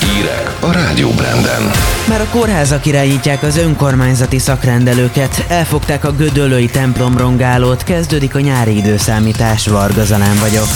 Hírek a Rádió Branden. Már a kórházak irányítják az önkormányzati szakrendelőket, elfogták a gödöllői templomrongálót, kezdődik a nyári időszámítás, Varga Zalán vagyok.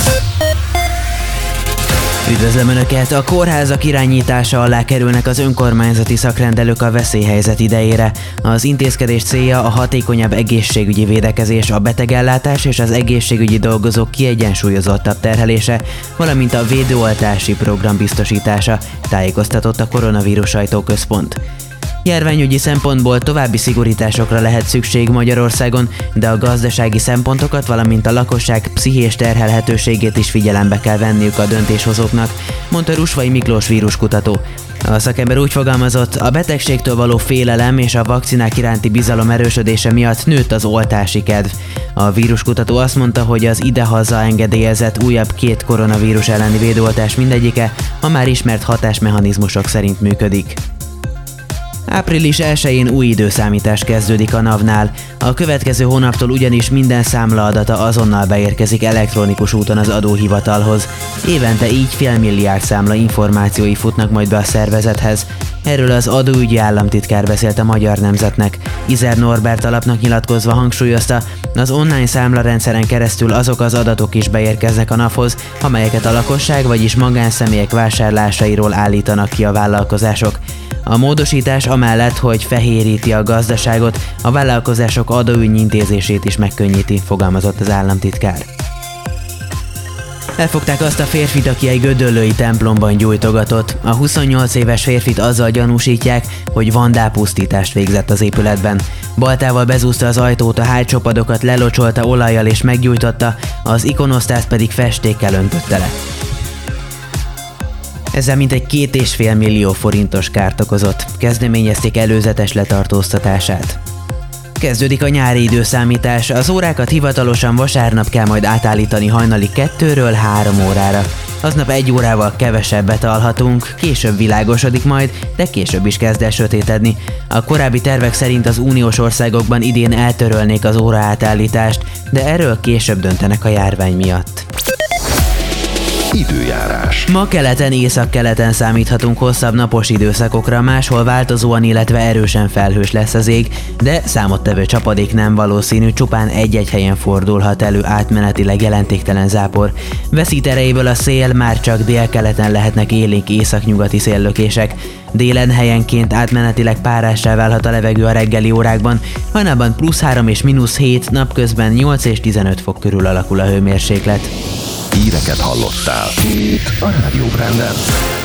Üdvözlöm Önöket! A kórházak irányítása alá kerülnek az önkormányzati szakrendelők a veszélyhelyzet idejére. Az intézkedés célja a hatékonyabb egészségügyi védekezés, a betegellátás és az egészségügyi dolgozók kiegyensúlyozottabb terhelése, valamint a védőoltási program biztosítása, tájékoztatott a Koronavírus Sajtóközpont. Járványügyi szempontból további szigorításokra lehet szükség Magyarországon, de a gazdasági szempontokat, valamint a lakosság pszichés terhelhetőségét is figyelembe kell venniük a döntéshozóknak, mondta Rusvai Miklós víruskutató. A szakember úgy fogalmazott, a betegségtől való félelem és a vakcinák iránti bizalom erősödése miatt nőtt az oltási kedv. A víruskutató azt mondta, hogy az idehaza engedélyezett újabb 2 koronavírus elleni védőoltás mindegyike a már ismert hatásmechanizmusok szerint működik. Április 1-én új időszámítás kezdődik a NAV-nál. A következő hónaptól ugyanis minden számlaadata azonnal beérkezik elektronikus úton az adóhivatalhoz. Évente így fél milliárd számla információi futnak majd be a szervezethez. Erről az adóügyi államtitkár beszélt a Magyar Nemzetnek. Izer Norbert alapnak nyilatkozva hangsúlyozta, az online számlarendszeren keresztül azok az adatok is beérkeznek a NAV-hoz, amelyeket a lakosság, vagyis magánszemélyek vásárlásairól állítanak ki a vállalkozások. A módosítás amellett, hogy fehéríti a gazdaságot, a vállalkozások adóügyi intézését is megkönnyíti, fogalmazott az államtitkár. Elfogták azt a férfit, aki egy gödöllői templomban gyújtogatott. A 28 éves férfit azzal gyanúsítják, hogy vandápusztítást végzett az épületben. Baltával bezúzta az ajtót, a hátsó padokat lelocsolta olajjal és meggyújtotta, az ikonosztást pedig festékkel öntötte le. Ezzel mintegy 2,5 millió forintos kárt okozott. Kezdeményezték előzetes letartóztatását. Kezdődik a nyári időszámítás, az órákat hivatalosan vasárnap kell majd átállítani hajnali 2-ről 3 órára. Aznap 1 órával kevesebbet alhatunk, később világosodik majd, de később is kezd el sötétedni. A korábbi tervek szerint az uniós országokban idén eltörölnék az óraátállítást, de erről később döntenek a járvány miatt. Időjárás. Ma keleten, északkeleten számíthatunk hosszabb napos időszakokra, máshol változóan, illetve erősen felhős lesz az ég, de számottevő csapadék nem valószínű, csupán egy-egy helyen fordulhat elő átmenetileg jelentéktelen zápor. Veszít erejéből a szél, már csak délkeleten lehetnek élénk északnyugati széllökések. Délen helyenként átmenetileg párássá válhat a levegő a reggeli órákban, hajnalban +3 és -7, napközben 8 és 15 fok körül alakul a hőmérséklet. Híreket hallottál itt a Rádió Branden.